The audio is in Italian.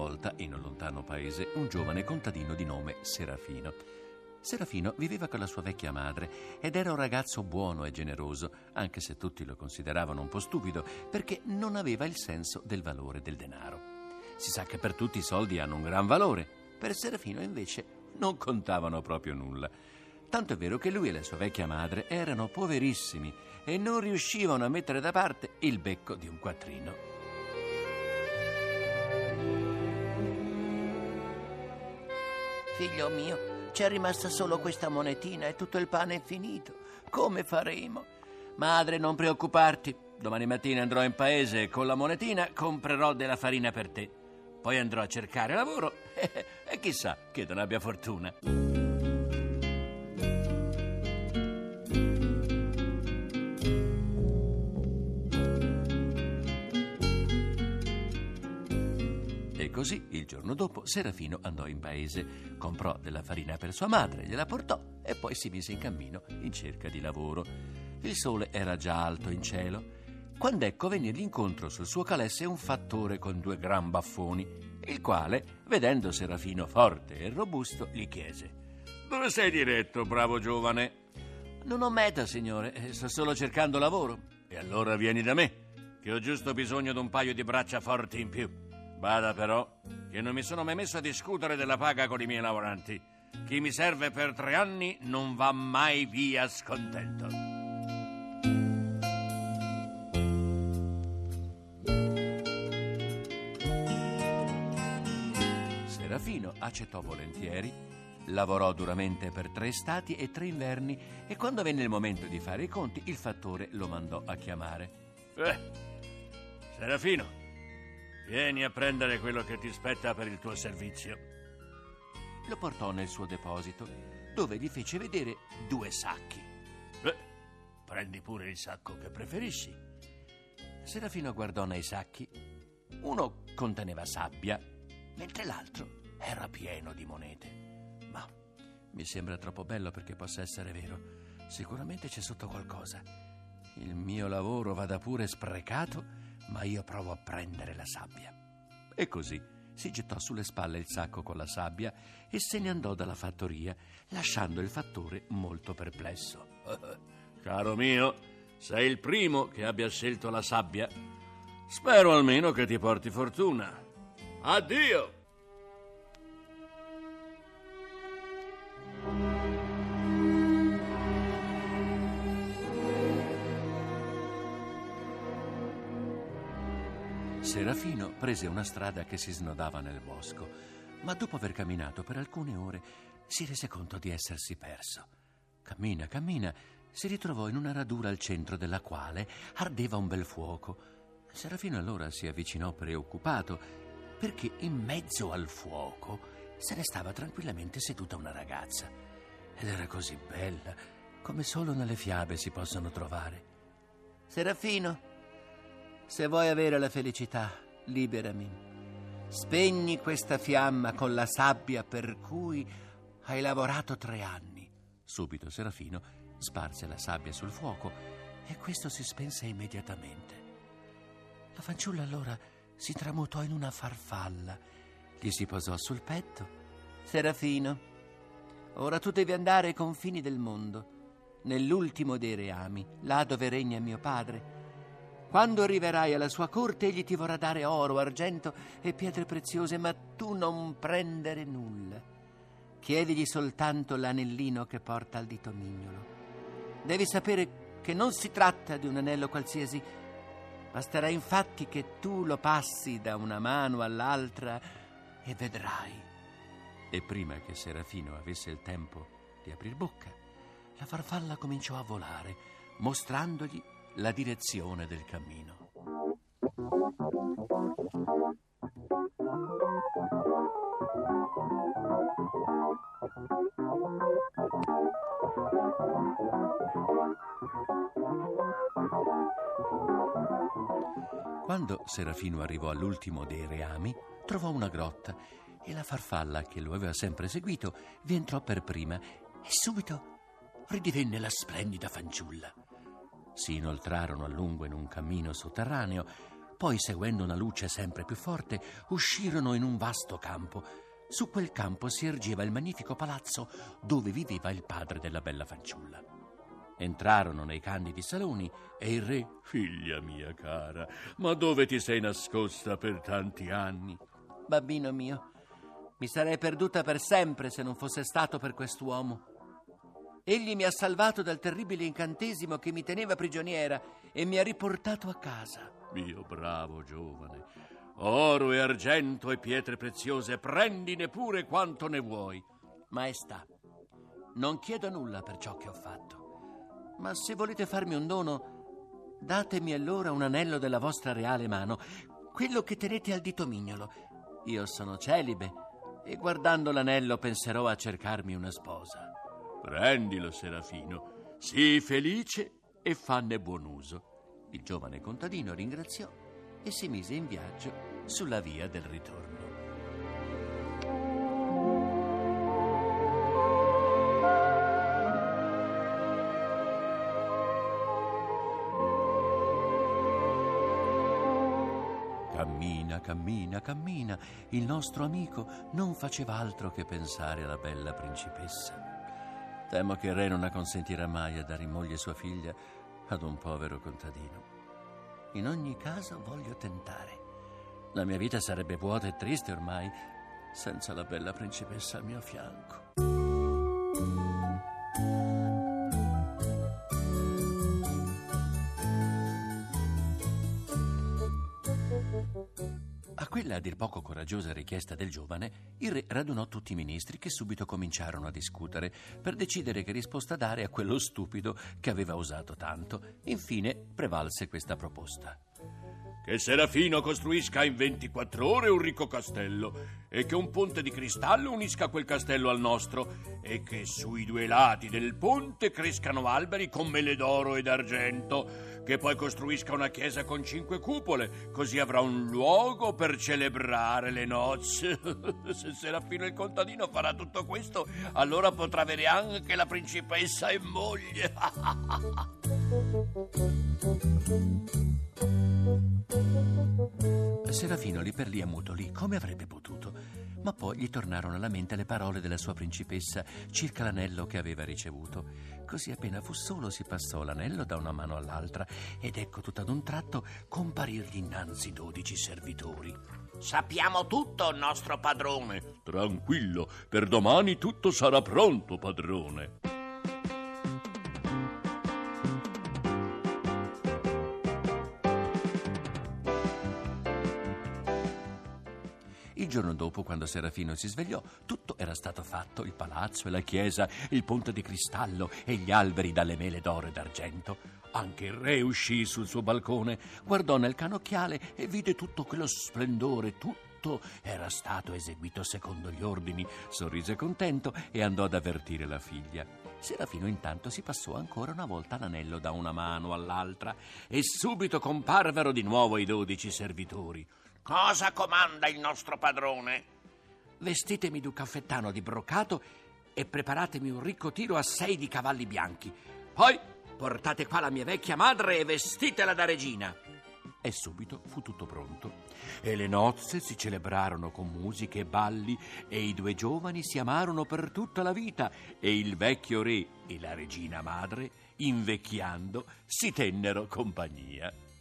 volta, in un lontano paese, un giovane contadino di nome Serafino. Serafino viveva con la sua vecchia madre ed era un ragazzo buono e generoso, anche se tutti lo consideravano un po' stupido, perché non aveva il senso del valore del denaro. Si sa che per tutti i soldi hanno un gran valore, per Serafino invece non contavano proprio nulla. Tanto è vero che lui e la sua vecchia madre erano poverissimi e non riuscivano a mettere da parte il becco di un quattrino. Figlio mio, c'è rimasta solo questa monetina e tutto il pane è finito. Come faremo? Madre, non preoccuparti. Domani mattina andrò in paese e con la monetina comprerò della farina per te. Poi andrò a cercare lavoro e chissà che non abbia fortuna. E così, il giorno dopo, Serafino andò in paese, comprò della farina per sua madre, gliela portò e poi si mise in cammino in cerca di lavoro. Il sole era già alto in cielo, quando ecco venire incontro sul suo calesse un fattore con 2 gran baffoni, il quale, vedendo Serafino forte e robusto, gli chiese: «Dove sei diretto, bravo giovane?» «Non ho meta, signore, sto solo cercando lavoro». «E allora vieni da me, che ho giusto bisogno di un paio di braccia forti in più. Bada però, che non mi sono mai messo a discutere della paga con i miei lavoranti. Chi mi serve per 3 anni non va mai via scontento». Serafino accettò volentieri, lavorò duramente per 3 estati e 3 inverni e quando venne il momento di fare i conti, il fattore lo mandò a chiamare. Serafino, vieni a prendere quello che ti spetta per il tuo servizio. Lo portò nel suo deposito, dove gli fece vedere 2 sacchi. Prendi pure il sacco che preferisci. Serafino guardò nei sacchi. Uno conteneva sabbia, mentre l'altro era pieno di monete. Ma mi sembra troppo bello perché possa essere vero. Sicuramente c'è sotto qualcosa. Il mio lavoro vada pure sprecato, ma io provo a prendere la sabbia. E così si gettò sulle spalle il sacco con la sabbia e se ne andò dalla fattoria, lasciando il fattore molto perplesso. Caro mio, sei il primo che abbia scelto la sabbia. Spero almeno che ti porti fortuna. Addio! Serafino prese una strada che si snodava nel bosco, ma dopo aver camminato per alcune ore si rese conto di essersi perso. Cammina, si ritrovò in una radura al centro della quale ardeva un bel fuoco. Serafino allora si avvicinò preoccupato, perché in mezzo al fuoco se ne stava tranquillamente seduta una ragazza. Ed era così bella, come solo nelle fiabe si possono trovare. Serafino, se vuoi avere la felicità, liberami. Spegni questa fiamma con la sabbia per cui hai lavorato 3 anni. Subito Serafino sparse la sabbia sul fuoco e questo si spense immediatamente. La fanciulla allora si tramutò in una farfalla, gli si posò sul petto. Serafino, ora tu devi andare ai confini del mondo, nell'ultimo dei reami, là dove regna mio padre. Quando arriverai alla sua corte, egli ti vorrà dare oro, argento e pietre preziose, ma tu non prendere nulla. Chiedigli soltanto l'anellino che porta al dito mignolo. Devi sapere che non si tratta di un anello qualsiasi. Basterà infatti che tu lo passi da una mano all'altra e vedrai. E prima che Serafino avesse il tempo di aprir bocca, la farfalla cominciò a volare, mostrandogli la direzione del cammino. Quando Serafino arrivò all'ultimo dei reami, trovò una grotta e la farfalla, che lo aveva sempre seguito, vi entrò per prima e subito ridivenne la splendida fanciulla. Si inoltrarono a lungo in un cammino sotterraneo, Poi, seguendo una luce sempre più forte, uscirono in un vasto campo. Su quel campo si ergeva il magnifico palazzo dove viveva il padre della bella fanciulla. Entrarono nei candidi saloni e il re: Figlia mia cara, ma dove ti sei nascosta per tanti anni? Babbino mio, mi sarei perduta per sempre se non fosse stato per quest'uomo. Egli mi ha salvato dal terribile incantesimo che mi teneva prigioniera e mi ha riportato a casa. Mio bravo giovane, oro e argento e pietre preziose, prendine pure quanto ne vuoi. Maestà, non chiedo nulla per ciò che ho fatto, ma se volete farmi un dono, datemi allora un anello della vostra reale mano, quello che tenete al dito mignolo. Io sono celibe e guardando l'anello penserò a cercarmi una sposa. Prendilo, Serafino, sii felice e fanne buon uso. Il giovane contadino ringraziò e si mise in viaggio sulla via del ritorno. Cammina, cammina, cammina. Il nostro amico non faceva altro che pensare alla bella principessa. Temo che il re non acconsentirà mai a dare in moglie sua figlia ad un povero contadino. In ogni caso voglio tentare. La mia vita sarebbe vuota e triste ormai senza la bella principessa al mio fianco. A quella a dir poco coraggiosa richiesta del giovane, il re radunò tutti i ministri che subito cominciarono a discutere per decidere che risposta dare a quello stupido che aveva usato tanto. Infine prevalse questa proposta: che Serafino costruisca in 24 ore un ricco castello e che un ponte di cristallo unisca quel castello al nostro e che sui due lati del ponte crescano alberi con mele d'oro ed argento, che poi costruisca una chiesa con 5 cupole, così avrà un luogo per celebrare le nozze. Se Serafino il contadino farà tutto questo, allora potrà avere anche la principessa in moglie. Serafino lì per lì ammutolì, come avrebbe potuto, ma poi gli tornarono alla mente le parole della sua principessa circa l'anello che aveva ricevuto. Così appena fu solo si passò l'anello da una mano all'altra ed ecco tutto ad un tratto comparirgli innanzi 12 servitori. Sappiamo tutto, nostro padrone. Tranquillo, per domani tutto sarà pronto, padrone. Il giorno dopo, quando Serafino si svegliò, tutto era stato fatto: il palazzo e la chiesa, il ponte di cristallo e gli alberi dalle mele d'oro e d'argento. Anche il re uscì sul suo balcone, guardò nel canocchiale e vide tutto quello splendore. Tutto era stato eseguito secondo gli ordini. Sorrise contento e andò ad avvertire la figlia. Serafino intanto si passò ancora una volta l'anello da una mano all'altra e subito comparvero di nuovo i 12 servitori. Cosa comanda il nostro padrone? Vestitemi d'un caffettano di broccato e preparatemi un ricco tiro a 6 di cavalli bianchi. Poi portate qua la mia vecchia madre e vestitela da regina. E subito fu tutto pronto. E le nozze si celebrarono con musiche e balli e i 2 giovani si amarono per tutta la vita e il vecchio re e la regina madre, invecchiando, si tennero compagnia.